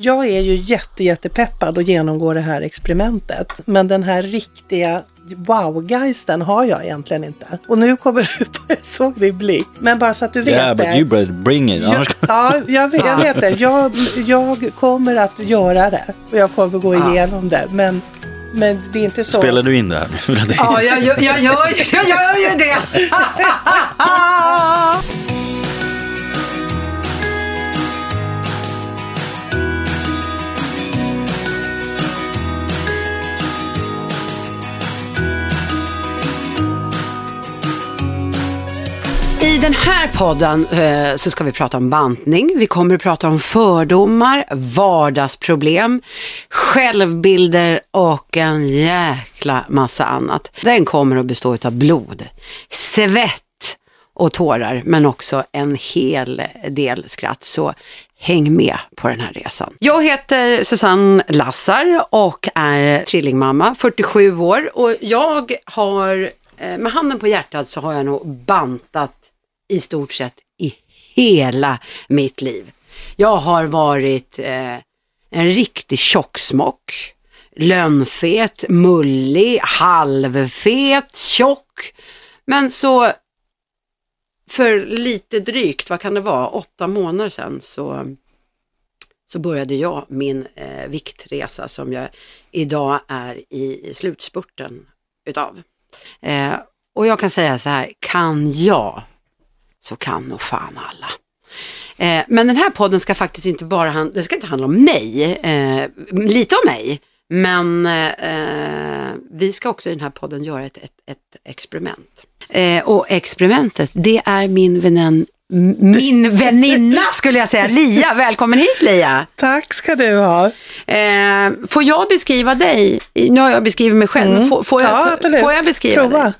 Jag är ju jättepeppad att genomgå det här experimentet. Men den här riktiga wow-geisten har jag egentligen inte. Och nu kommer du på, jag såg din blick. Men bara så att du vet det. But you better bring it. Jag vet det. Jag kommer att göra det. Och jag kommer gå igenom det. Men det är inte så. Spelar du in det här? Ja, jag gör ju det. I den här podden så ska vi prata om bantning. Vi kommer att prata om fördomar, vardagsproblem, självbilder och en jäkla massa annat. Den kommer att bestå av blod, svett och tårar, men också en hel del skratt. Så häng med på den här resan. Jag heter Susanne Lassar och är trillingmamma, 47 år. Och jag har, med handen på hjärtat så har jag nog bantat i stort sett i hela mitt liv. Jag har varit en riktig tjocksmock, lönnfet, mullig, halvfet, tjock. Men så för lite drygt, vad kan det vara, 8 månader sedan så började jag min viktresa som jag idag är i slutspurten utav. Och jag kan säga så här, kan jag så kan nog fan alla. Men den här podden ska faktiskt inte bara det ska inte handla om mig, lite om mig, men vi ska också i den här podden göra ett experiment. Och experimentet, det är min väninna skulle jag säga, Lia. Välkommen hit, Lia. Tack ska du ha. Får jag beskriva dig? Nu har jag beskrivit mig själv, men får jag beskriva dig?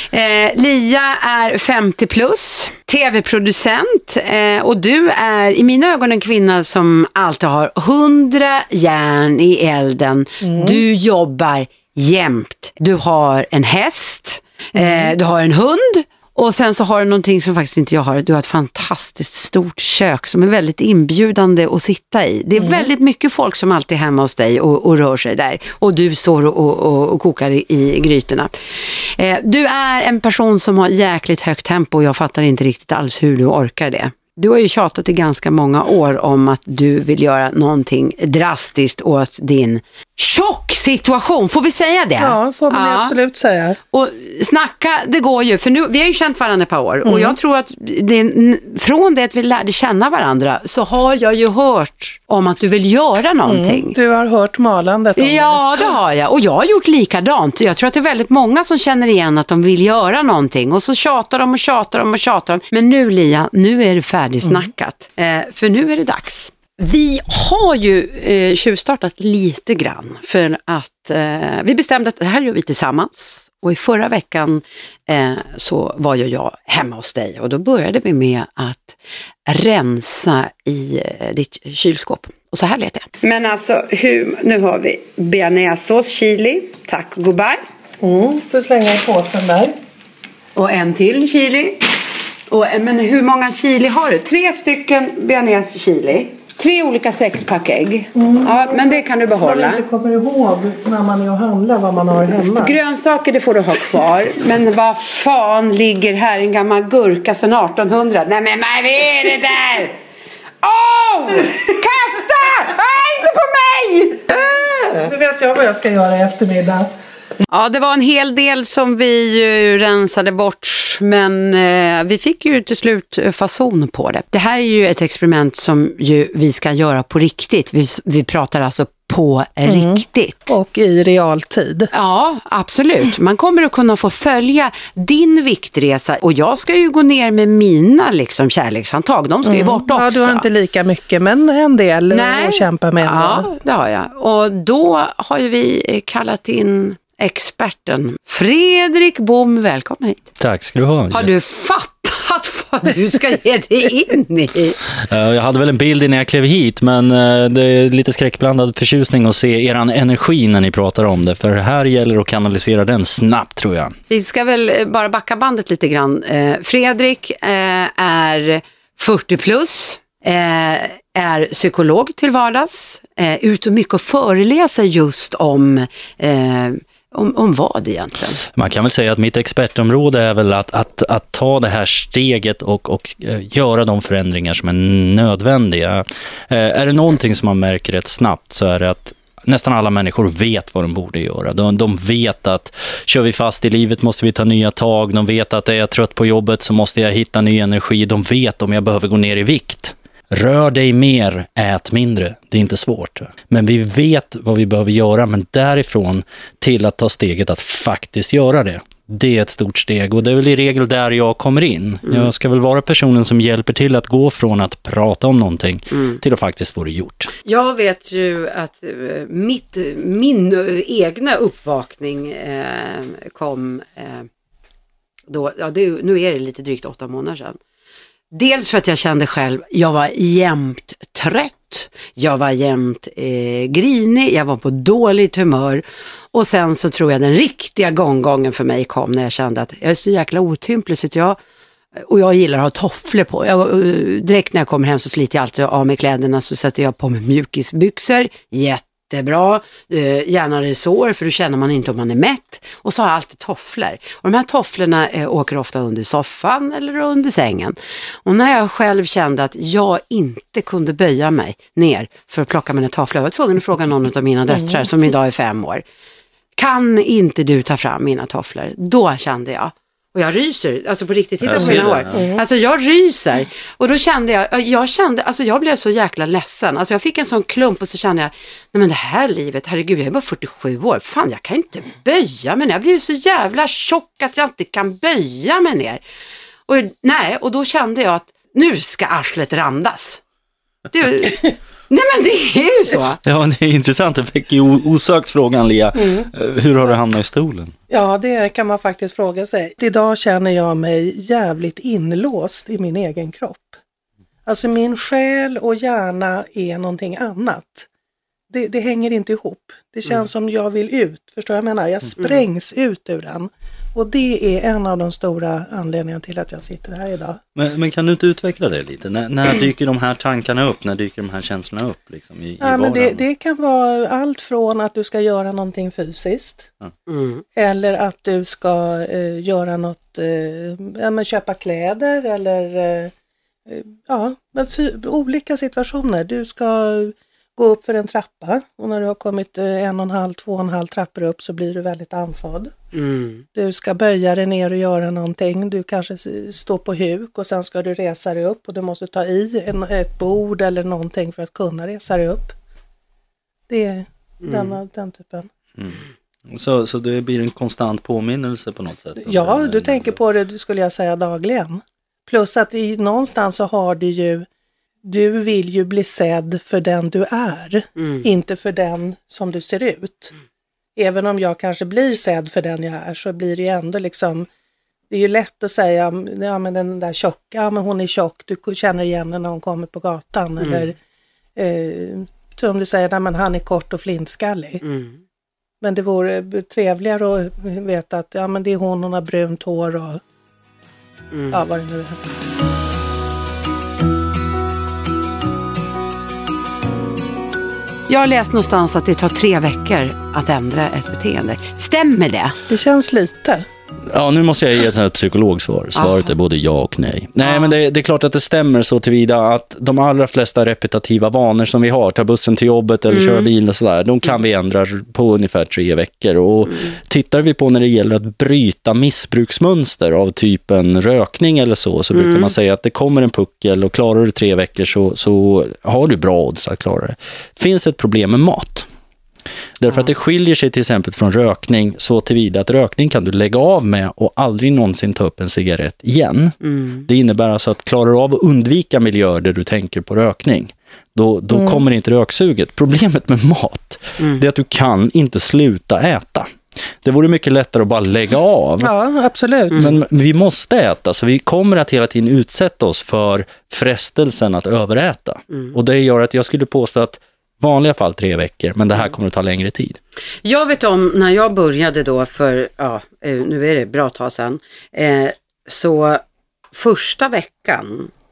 Lia är 50 plus, tv-producent, och du är i mina ögon en kvinna som alltid har 100 järn i elden. Du jobbar jämt. Du har en häst, du har en hund. Och sen så har du någonting som faktiskt inte jag har. Du har ett fantastiskt stort kök som är väldigt inbjudande att sitta i. Det är väldigt mycket folk som alltid är hemma hos dig och rör sig där. Och du står och kokar i grytorna. Du är en person som har jäkligt högt tempo och jag fattar inte riktigt alls hur du orkar det. Du har ju tjatat i ganska många år om att du vill göra någonting drastiskt åt din tjock-situation. Får vi säga det? Ja, får man absolut säga. Och snacka, det går ju. För nu, vi har ju känt varandra ett par år. Och jag tror att från det att vi lärde känna varandra så har jag ju hört om att du vill göra någonting. Du har hört malandet om Ja, det har jag. Och jag har gjort likadant. Jag tror att det är väldigt många som känner igen att de vill göra någonting. Och så tjatar de. Men nu, Lia, nu är det färdigsnackat. För nu är det dags. Vi har ju tjuvstartat lite grann för att vi bestämde att det här gör vi tillsammans. Och i förra veckan så var ju jag hemma hos dig och då började vi med att rensa i ditt kylskåp. Och så här lät det. Men alltså, nu har vi bearnaisesås, chili, tack och goodbye. Får slänga i påsen där. Och en till chili. Men hur många chili har du? 3 stycken bearnaise chili. 3 olika 6-pack ägg. Ja, men det kan du behålla. Man inte kommer ihåg när man är och handlar vad man har hemma. Grönsaker, det får du ha kvar. Men vad fan ligger här en gammal gurka sedan 1800? Nej men vad är det där? Kasta! Inte på mig! Nu vet jag vad jag ska göra i eftermiddag. Ja, det var en hel del som vi ju rensade bort, men vi fick ju till slut fason på det. Det här är ju ett experiment som ju vi ska göra på riktigt. Vi pratar alltså på riktigt. Och i realtid. Ja, absolut. Man kommer att kunna få följa din viktresa. Och jag ska ju gå ner med mina kärlekshandtag. De ska ju bort också. Ja, du har inte lika mycket, men en del att kämpa med. Ja, det har jag. Och då har ju vi kallat in experten Fredrik Bom. Välkommen hit. Tack ska du ha. Har du fattat vad du ska ge dig in i? Jag hade väl en bild innan jag klev hit, men det är lite skräckblandad förtjusning att se eran energi när ni pratar om det. För här gäller det att kanalisera den snabbt, tror jag. Vi ska väl bara backa bandet lite grann. Fredrik är 40 plus. är psykolog till vardags, ute mycket och föreläser just om vad egentligen? Man kan väl säga att mitt expertområde är väl att ta det här steget och göra de förändringar som är nödvändiga. Är det någonting som man märker rätt snabbt så är det att nästan alla människor vet vad de borde göra. De vet att kör vi fast i livet måste vi ta nya tag. De vet att är jag trött på jobbet så måste jag hitta ny energi. De vet om jag behöver gå ner i vikt. Rör dig mer, ät mindre. Det är inte svårt. Men vi vet vad vi behöver göra, men därifrån till att ta steget att faktiskt göra det. Det är ett stort steg och det är väl i regel där jag kommer in. Jag ska väl vara personen som hjälper till att gå från att prata om någonting till att faktiskt få det gjort. Jag vet ju att min egna uppvakning kom då, nu är det lite drygt 8 månader sedan. Dels för att jag kände själv, jag var jämt trött, jag var jämt grinig, jag var på dåligt humör. Och sen så tror jag den riktiga gången för mig kom när jag kände att jag är så jäkla otymplig så att jag gillar att ha tofflor på. Direkt när jag kommer hem så sliter jag alltid av mig kläderna, så sätter jag på mig mjukisbyxor, jättebra, gärna resår för då känner man inte om man är mätt, och så har jag alltid tofflor. Och de här tofflorna åker ofta under soffan eller under sängen. Och när jag själv kände att jag inte kunde böja mig ner för att plocka mina tofflor, jag var tvungen att fråga någon av mina döttrar som idag är 5 år, kan inte du ta fram mina tofflor? Då kände jag, och jag ryser, alltså på riktigt, titta på mina hår. Alltså jag ryser. Och då kände jag blev så jäkla ledsen. Alltså jag fick en sån klump och så kände jag, nej men det här livet, herregud, jag är bara 47 år. Fan, jag kan inte böja mig ner. Jag blev så jävla tjock att jag inte kan böja mig ner. Och då kände jag att nu ska arslet randas. Nej men det är ju så. Ja, det är intressant. Jag fick ju osökt frågan, Lia. Hur har du hamnat i stolen? Ja, det kan man faktiskt fråga sig. Idag känner jag mig jävligt inlåst i min egen kropp. Alltså min själ och hjärna är någonting annat. Det hänger inte ihop. Det känns som jag vill ut. Förstår jag menar? Jag sprängs ut ur den. Och det är en av de stora anledningarna till att jag sitter här idag. Men kan du inte utveckla det lite? När dyker de här tankarna upp? När dyker de här känslorna upp? Liksom, i men det kan vara allt från att du ska göra någonting fysiskt. Eller att du ska göra något, köpa kläder eller olika situationer. Du ska gå upp för en trappa och när du har kommit 1,5-2,5 trappor upp så blir du väldigt andfådd. Du ska böja dig ner och göra någonting. Du kanske står på huk och sen ska du resa dig upp och du måste ta i ett bord eller någonting för att kunna resa dig upp. Det är den typen. Så det blir en konstant påminnelse på något sätt? Ja, du tänker på det, skulle jag säga, dagligen. Plus att någonstans så har du vill ju bli sedd för den du är, inte för den som du ser ut. Även om jag kanske blir sedd för den jag är så blir det ju ändå liksom, det är ju lätt att säga, ja men den där tjocka, men hon är tjock, du känner igen henne när hon kommer på gatan. Eller som du säger, nej men han är kort och flintskallig. Men det vore trevligare att veta att ja men det är hon har brunt hår och ja vad det nu är. Jag har läst någonstans att det tar 3 veckor att ändra ett beteende. Stämmer det? Det känns lite. Ja, nu måste jag ge ett psykologsvar. Svaret är både ja och nej. Nej, men det är klart att det stämmer så tillvida att de allra flesta repetitiva vanor som vi har, ta bussen till jobbet eller köra bil och sådär, de kan vi ändra på ungefär 3 veckor. Och tittar vi på när det gäller att bryta missbruksmönster av typen rökning eller så brukar man säga att det kommer en puckel och klarar du 3 veckor så har du bra odds att klara det. Finns ett problem med mat. Därför att det skiljer sig till exempel från rökning så tillvida att rökning kan du lägga av med och aldrig någonsin ta upp en cigarett igen. Det innebär alltså att klarar du av att undvika miljöer där du tänker på rökning, då kommer inte röksuget. Problemet med mat det är att du kan inte sluta äta. Det vore mycket lättare att bara lägga av. Ja, absolut. Men vi måste äta, så vi kommer att hela tiden utsätta oss för frestelsen att överäta. Och det gör att jag skulle påstå att vanliga fall 3 veckor, men det här kommer att ta längre tid. Jag vet om när jag började då för, nu är det bra tag sedan, så första veckan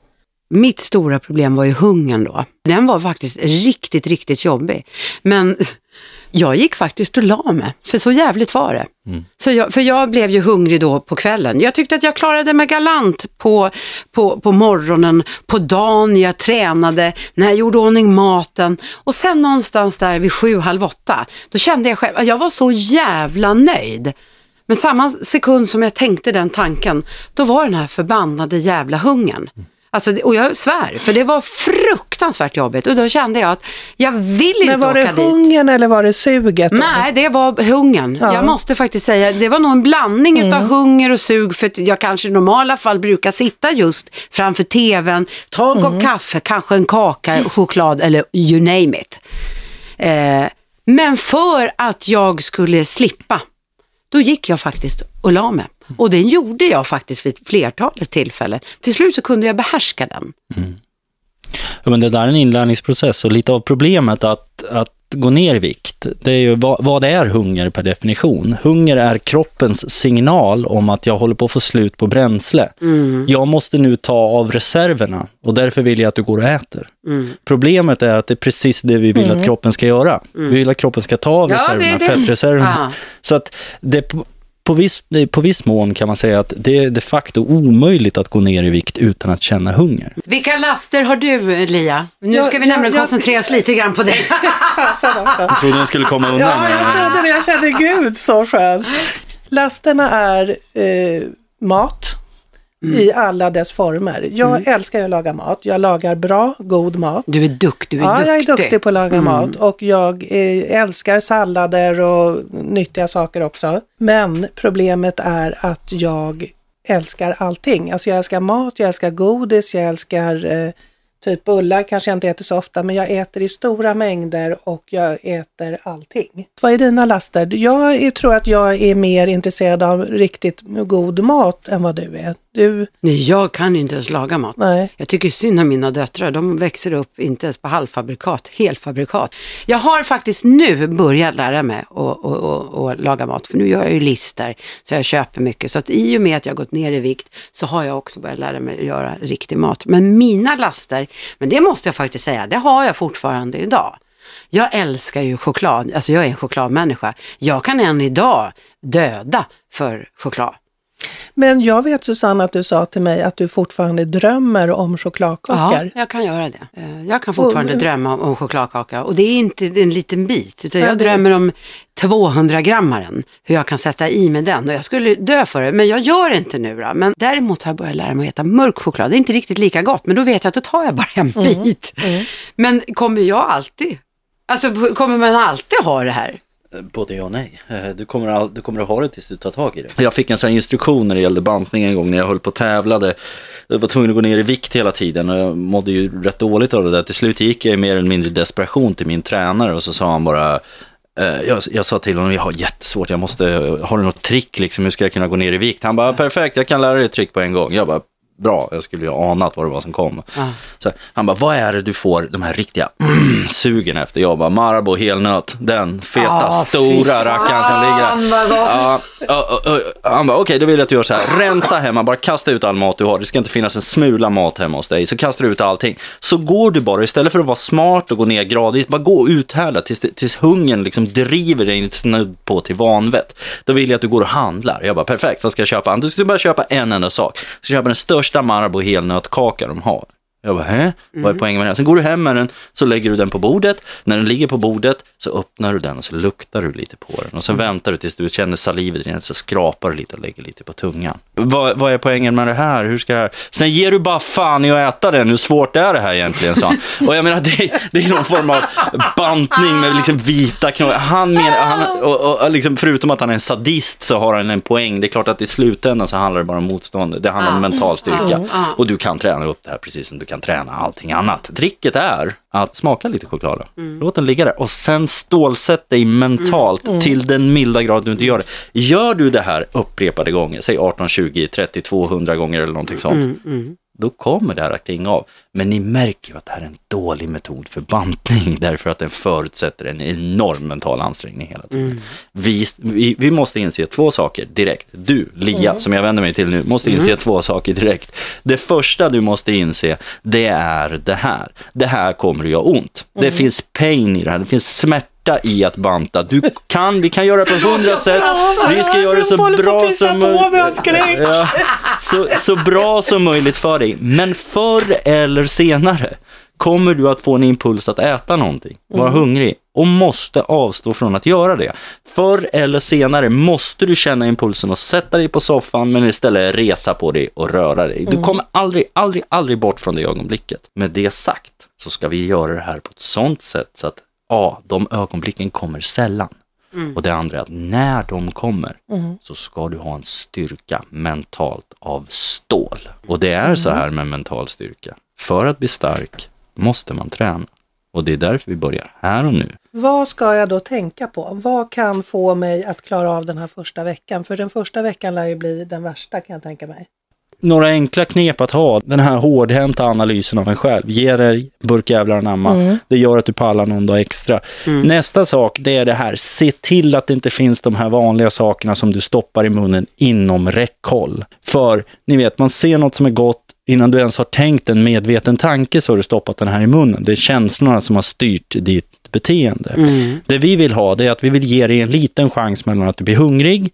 Mitt stora problem var ju hungern då. Den var faktiskt riktigt, riktigt jobbig. Men jag gick faktiskt och la mig, för så jävligt var det. För jag blev ju hungrig då på kvällen. Jag tyckte att jag klarade mig galant på morgonen, på dagen jag tränade, när jag gjorde ordning maten. Och sen någonstans där vid 7:30, då kände jag själv att jag var så jävla nöjd. Men samma sekund som jag tänkte den tanken, då var den här förbannade jävla hungern. Alltså, och jag svär, för det var fruktansvärt jobbigt. Och då kände jag att jag vill inte åka dit. Men var det hungern eller var det suget då? Nej, det var hungern. Ja. Jag måste faktiskt säga, det var nog en blandning utav hunger och sug. För jag kanske i normala fall brukar sitta just framför tvn, ta en kopp kaffe, kanske en kaka, choklad eller you name it. Men för att jag skulle slippa, då gick jag faktiskt och la mig. Och det gjorde jag faktiskt vid flertalet tillfällen. Till slut så kunde jag behärska den. Ja, men det där är en inlärningsprocess, och lite av problemet att gå ner i vikt, det är ju vad är hunger per definition. Hunger är kroppens signal om att jag håller på att få slut på bränsle. Jag måste nu ta av reserverna, och därför vill jag att du går och äter. Problemet är att det är precis det vi vill att kroppen ska göra. Vi vill att kroppen ska ta av reserverna, fettreserverna. Så att det på viss mån kan man säga att det är de facto omöjligt att gå ner i vikt utan att känna hunger. Vilka laster har du, Lia? Nu ska vi nämligen koncentrera oss lite grann på dig. Jag trodde den skulle komma undan. Ja, jag trodde det. Jag kände Gud så skönt. Lasterna är mat i alla dess former. Jag älskar att laga mat. Jag lagar bra, god mat. Du är duktig. Jag är duktig på att laga mat. Och jag älskar sallader och nyttiga saker också. Men problemet är att jag älskar allting. Alltså jag älskar mat, jag älskar godis, jag älskar typ bullar. Kanske jag inte äter så ofta, men jag äter i stora mängder och jag äter allting. Vad är dina laster? Jag tror att jag är mer intresserad av riktigt god mat än vad du är. Jag kan inte ens laga mat. Nej. Jag tycker synd om mina döttrar. De växer upp inte ens på halvfabrikat, helfabrikat. Jag har faktiskt nu börjat lära mig att laga mat. För nu gör jag ju lister, så jag köper mycket. Så att i och med att jag gått ner i vikt så har jag också börjat lära mig att göra riktig mat. Men mina laster, men det måste jag faktiskt säga, det har jag fortfarande idag. Jag älskar ju choklad. Alltså jag är en chokladmänniska. Jag kan än idag döda för choklad. Men jag vet, Susanne, att du sa till mig att du fortfarande drömmer om chokladkakor. Ja, jag kan göra det. Jag kan fortfarande drömma om chokladkaka. Och det är inte en liten bit, utan jag drömmer om 200-grammaren. Hur jag kan sätta i med den. Och jag skulle dö för det, men jag gör inte nu då. Men däremot har jag börjat lära mig att äta mörk choklad. Det är inte riktigt lika gott, men då vet jag att då tar jag bara en bit. Men kommer man alltid ha det här? Både ja och nej. Du kommer att ha det tills du tar tag i det. Jag fick en sån instruktion när det gällde bantning en gång när jag höll på och tävlade. Jag var tvungen att gå ner i vikt hela tiden och jag mådde ju rätt dåligt av det där. Till slut gick jag i mer eller mindre desperation till min tränare och så sa han bara... Jag sa till honom, jag har jättesvårt, har du något trick liksom, hur ska jag kunna gå ner i vikt? Han bara, perfekt, jag kan lära dig ett trick på en gång. Jag bara, bra, jag skulle ju ha anat vad det var som kom. Så han bara, vad är det du får de här riktiga sugen efter? Jag bara, Marabou helnöt, den feta, stora rackaren som ligger. Han bara, okej, då vill jag att du gör så här. Rensa hemma, bara kasta ut all mat du har. Det ska inte finnas en smula mat hemma hos dig. Så kastar du ut allting. Så går du bara, istället för att vara smart och gå ner gradvis, bara gå och uthärda tills hungern liksom driver dig snudd på till vanvett. Då vill jag att du går och handlar. Jag bara, perfekt, vad ska jag köpa? Du ska bara köpa en enda sak. Du ska köpa den största Marabou helnötkaka de har. Jag bara, vad är poängen med den? Sen går du hem med den, så lägger du den på bordet. När den ligger på bordet så öppnar du den och så luktar du lite på den. Och så väntar du tills du känner salivet i den, så skrapar du lite och lägger lite på tungan. Vad är poängen med det här? Hur ska jag... Sen ger du bara fan i att äta den. Hur svårt är det här egentligen? Så. Och jag menar, det är någon form av bantning med liksom vita knor. Och liksom, förutom att han är en sadist så har han en poäng. Det är klart att i slutändan så handlar det bara om motstånd. Det handlar om mental styrka. Och du kan träna upp det här precis som du kan träna allting annat. Tricket är att smaka lite choklad. Låt den ligga där. Och sen stålsätt dig mentalt till den milda grad du inte gör det. Gör du det här upprepade gånger, säg 18, 20, 30, 200 gånger eller någonting sånt. då kommer det här att klinga av. Men ni märker ju att det här är en dålig metod för bantning, därför att den förutsätter en enorm mental ansträngning hela tiden. Vi måste inse 2 saker direkt. Du, Lia, som jag vänder mig till nu, måste inse 2 saker direkt. Det första du måste inse, det är det här. Det här kommer att göra ont. Det finns pain i det här, det finns smärta i att banta. Vi kan göra det på 100 sätt. Vi ska göra det så bra som möjligt. Så bra som möjligt för dig. Men förr eller senare kommer du att få en impuls att äta någonting. Vara hungrig. Och måste avstå från att göra det. Förr eller senare måste du känna impulsen och sätta dig på soffan, men istället resa på dig och röra dig. Du kommer aldrig bort från det ögonblicket. Med det sagt så ska vi göra det här på ett sånt sätt så att de ögonblicken kommer sällan. Och det andra är att när de kommer så ska du ha en styrka mentalt av stål. Och det är så här med mental styrka. För att bli stark måste man träna. Och det är därför vi börjar här och nu. Vad ska jag då tänka på? Vad kan få mig att klara av den här första veckan? För den första veckan lär ju bli den värsta, kan jag tänka mig. Några enkla knep att ha, den här hårdhänta analysen av en själv. Ge dig burkjävlar anamma. Det gör att du pallar någon dag extra. Nästa sak, det är det här. Se till att det inte finns de här vanliga sakerna som du stoppar i munnen inom räckhåll. För, ni vet, man ser något som är gott. Innan du ens har tänkt en medveten tanke så har du stoppat den här i munnen. Det är känslorna som har styrt ditt beteende. Det vi vill ha, det är att vi vill ge dig en liten chans mellan att du blir hungrig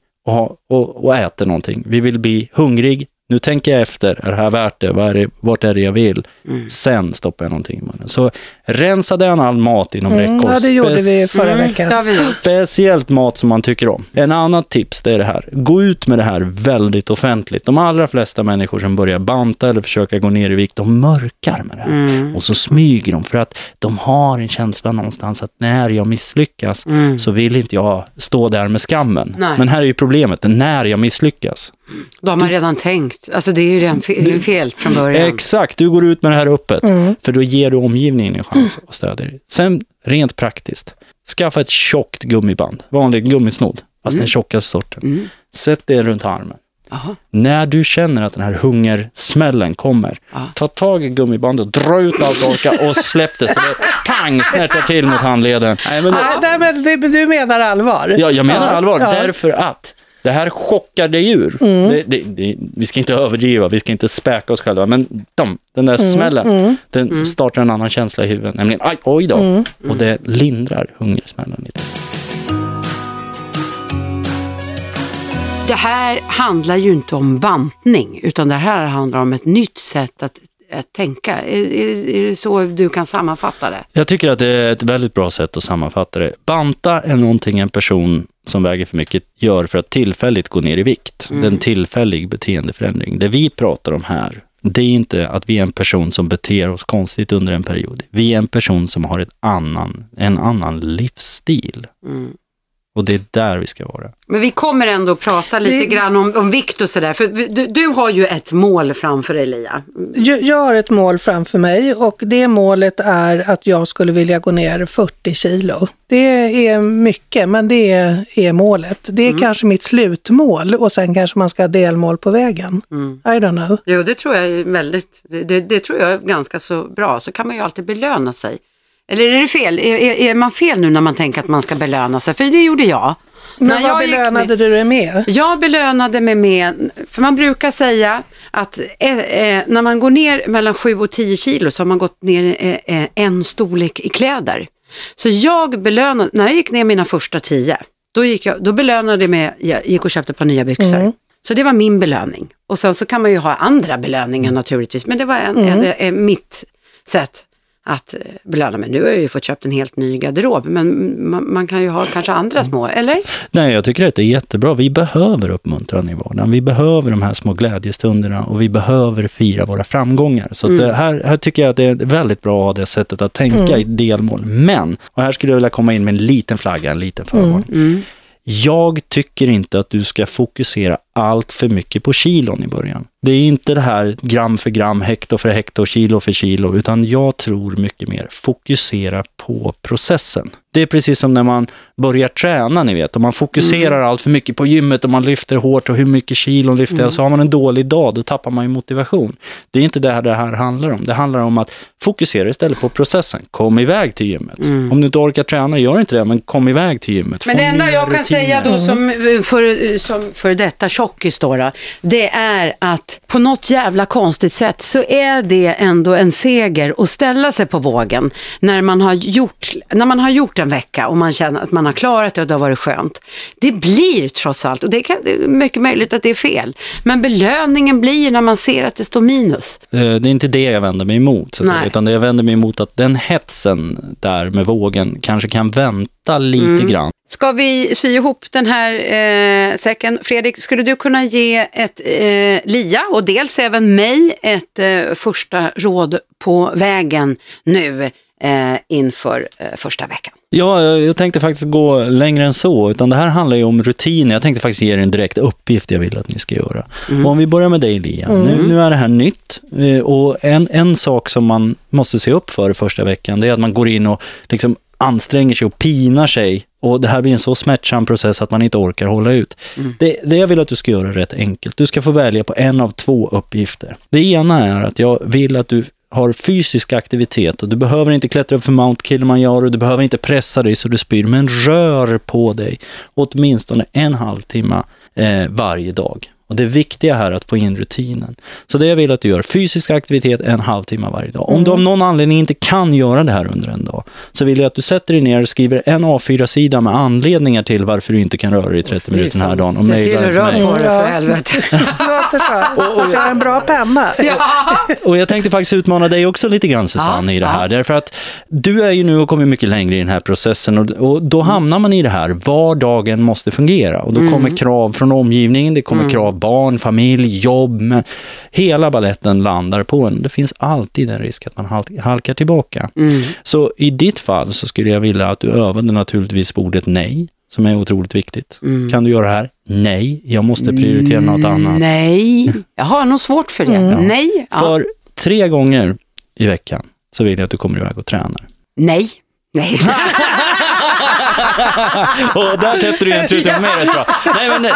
och äter någonting. Vi vill bli hungrig. Nu tänker jag efter, är det här värt det? Vart är det jag vill? Sen stoppar jag någonting i munnen. Så rensa den all mat inom räckhåll. Ja, det gjorde vi förra veckan. Speciellt mat som man tycker om. En annan tips, det är det här. Gå ut med det här väldigt offentligt. De allra flesta människor som börjar banta eller försöka gå ner i vikt, de mörkar med det här. Och så smyger de för att de har en känsla någonstans att när jag misslyckas så vill inte jag stå där med skammen. Nej. Men här är ju problemet, när jag misslyckas. Då har man redan tänkt. Alltså det är ju redan fel från början. Exakt, du går ut med det här öppet. För då ger du omgivningen en chans att stödja dig. Sen, rent praktiskt. Skaffa ett tjockt gummiband. Vanlig gummisnodd. Fast den tjockaste sorten. Sätt det runt armen. Aha. När du känner att den här hungersmällen kommer, ta tag i gummibandet, dra ut allt orka och släpp det så det pang, snärtar till mot handleden. Nej, men du menar allvar? Ja, jag menar allvar. Därför att det här chockar dig ur. Vi ska inte överdriva, vi ska inte späka oss själva, men den där smällen, den startar en annan känsla i huvudet, nämligen oj då. Och det lindrar hungersmällen lite. Det här handlar ju inte om bantning, utan det här handlar om ett nytt sätt att tänka. Är det så du kan sammanfatta det? Jag tycker att det är ett väldigt bra sätt att sammanfatta det. Banta är någonting en person som väger för mycket gör för att tillfälligt gå ner i vikt. Det är en tillfällig beteendeförändring. Det vi pratar om här, det är inte att vi är en person som beter oss konstigt under en period. Vi är en person som har en annan livsstil. Och det är där vi ska vara. Men vi kommer ändå prata lite grann om vikt och sådär. För du har ju ett mål framför dig, Lia. Jag har ett mål framför mig och det målet är att jag skulle vilja gå ner 40 kilo. Det är mycket, men det är målet. Det är kanske mitt slutmål och sen kanske man ska ha delmål på vägen. I don't know. Jo, det tror jag är väldigt, det tror jag är ganska så bra. Så kan man ju alltid belöna sig. Eller är det fel? Är man fel nu när man tänker att man ska belöna sig? För det gjorde jag. Men vad belönade du dig med? Jag belönade mig med, för man brukar säga att när man går ner mellan 7 och 10 kilo så har man gått ner en storlek i kläder. Så jag belönade, när jag gick ner mina första 10, då belönade jag mig, jag gick och köpte ett par nya byxor. Så det var min belöning. Och sen så kan man ju ha andra belöningar naturligtvis, men det var mitt sätt att belöna mig. Nu har jag ju fått köpt en helt ny garderob, men man kan ju ha kanske andra små, eller? Nej, jag tycker att det är jättebra. Vi behöver uppmuntran i vardagen. Vi behöver de här små glädjestunderna och vi behöver fira våra framgångar. Så att här tycker jag att det är väldigt bra att ha det sättet att tänka i delmål. Men, och här skulle jag vilja komma in med en liten flagga, en liten förvarning. Jag tycker inte att du ska fokusera allt för mycket på kilon i början. Det är inte det här gram för gram, hekto för hekto, kilo för kilo, utan jag tror mycket mer fokusera på processen. Det är precis som när man börjar träna, ni vet. Om man fokuserar allt för mycket på gymmet och man lyfter hårt och hur mycket kilon lyfter jag, så har man en dålig dag, då tappar man ju motivation. Det är inte det här handlar om. Det handlar om att fokusera istället på processen. Kom iväg till gymmet. Om du inte orkar träna, gör inte det, men kom iväg till gymmet. Men det enda jag kan säga då som för detta tjockis då, det är att på något jävla konstigt sätt så är det ändå en seger att ställa sig på vågen när man har gjort en vecka och man känner att man har klarat det och det har varit skönt. Det blir trots allt, och det är mycket möjligt att det är fel, men belöningen blir när man ser att det står minus. Det är inte det jag vänder mig emot, så att säga, utan det jag vänder mig emot att den hetsen där med vågen kanske kan vänta lite grann. Ska vi sy ihop den här säcken? Fredrik, skulle du kunna ge ett Lia och dels även mig ett första råd på vägen nu inför första veckan? Ja, jag tänkte faktiskt gå längre än så, utan det här handlar ju om rutiner. Jag tänkte faktiskt ge er en direkt uppgift jag vill att ni ska göra. Och om vi börjar med dig, Lia. Nu är det här nytt, och en sak som man måste se upp för första veckan, det är att man går in och liksom anstränger sig och pinar sig, och det här blir en så smärtsam process att man inte orkar hålla ut. Det jag vill att du ska göra rätt enkelt. Du ska få välja på en av 2 uppgifter. Det ena är att jag vill att du har fysisk aktivitet, och du behöver inte klättra upp för Mount Kilimanjaro, du behöver inte pressa dig så du spyr, men rör på dig åtminstone 1,5 timme varje dag. Och det viktiga här är att få in rutinen. Så det jag vill att du gör, fysisk aktivitet 1,5 timme varje dag. Om du av någon anledning inte kan göra det här under en dag, så vill jag att du sätter dig ner och skriver en A4-sida med anledningar till varför du inte kan röra dig i 30 minuter den här dagen. Och se till att röra på det, för helvete. Och så en bra penna. Och jag tänkte faktiskt utmana dig också lite grann, Susanne, i det här. Därför att du är ju nu och kommer mycket längre i den här processen, och då hamnar man i det här. Vardagen måste fungera, och då kommer krav från omgivningen, det kommer krav barn, familj, jobb, men hela balletten landar på en. Det finns alltid en risk att man halkar tillbaka. Så i ditt fall så skulle jag vilja att du övade naturligtvis ordet nej, som är otroligt viktigt. Kan du göra det här? Nej, jag måste prioritera något annat. Nej, jag har nog svårt för det. Nej. För 3 gånger i veckan så vill jag att du kommer iväg och tränar. Nej. Och där täppte du igen truten med mig rätt bra. Nej, men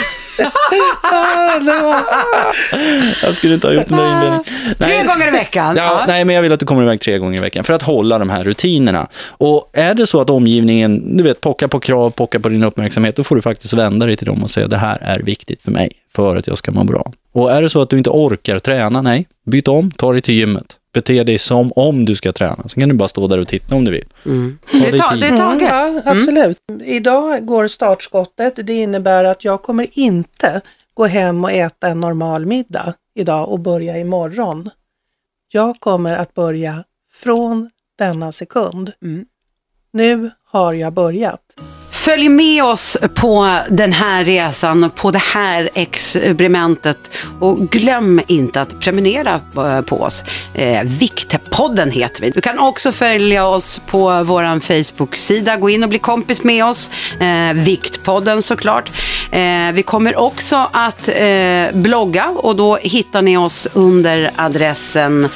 jag skulle inte ha gjort den där inledningen. 3 gånger i veckan? Nej, men jag vill att du kommer iväg 3 gånger i veckan för att hålla de här rutinerna. Och är det så att omgivningen, du vet, pockar på krav, pockar på din uppmärksamhet, då får du faktiskt vända dig till dem och säga det här är viktigt för mig för att jag ska må bra. Och är det så att du inte orkar träna, nej, byt om, ta dig till gymmet. Bete dig som om du ska träna. Så kan du bara stå där och titta om du vill. Det är taget. Ja, absolut. Idag går startskottet. Det innebär att jag kommer inte gå hem och äta en normal middag idag och börja imorgon. Jag kommer att börja från denna sekund. Nu har jag börjat. Följ med oss på den här resan, på det här experimentet, och glöm inte att prenumerera på oss. Viktpodden heter vi. Du kan också följa oss på våran Facebook-sida. Gå in och bli kompis med oss. Viktpodden såklart. Vi kommer också att blogga, och då hittar ni oss under adressen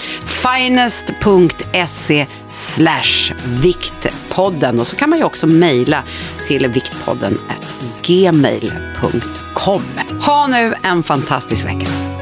finest.se/viktpodden. Och så kan man ju också mejla till viktpodden@gmail.com. Ha nu en fantastisk vecka.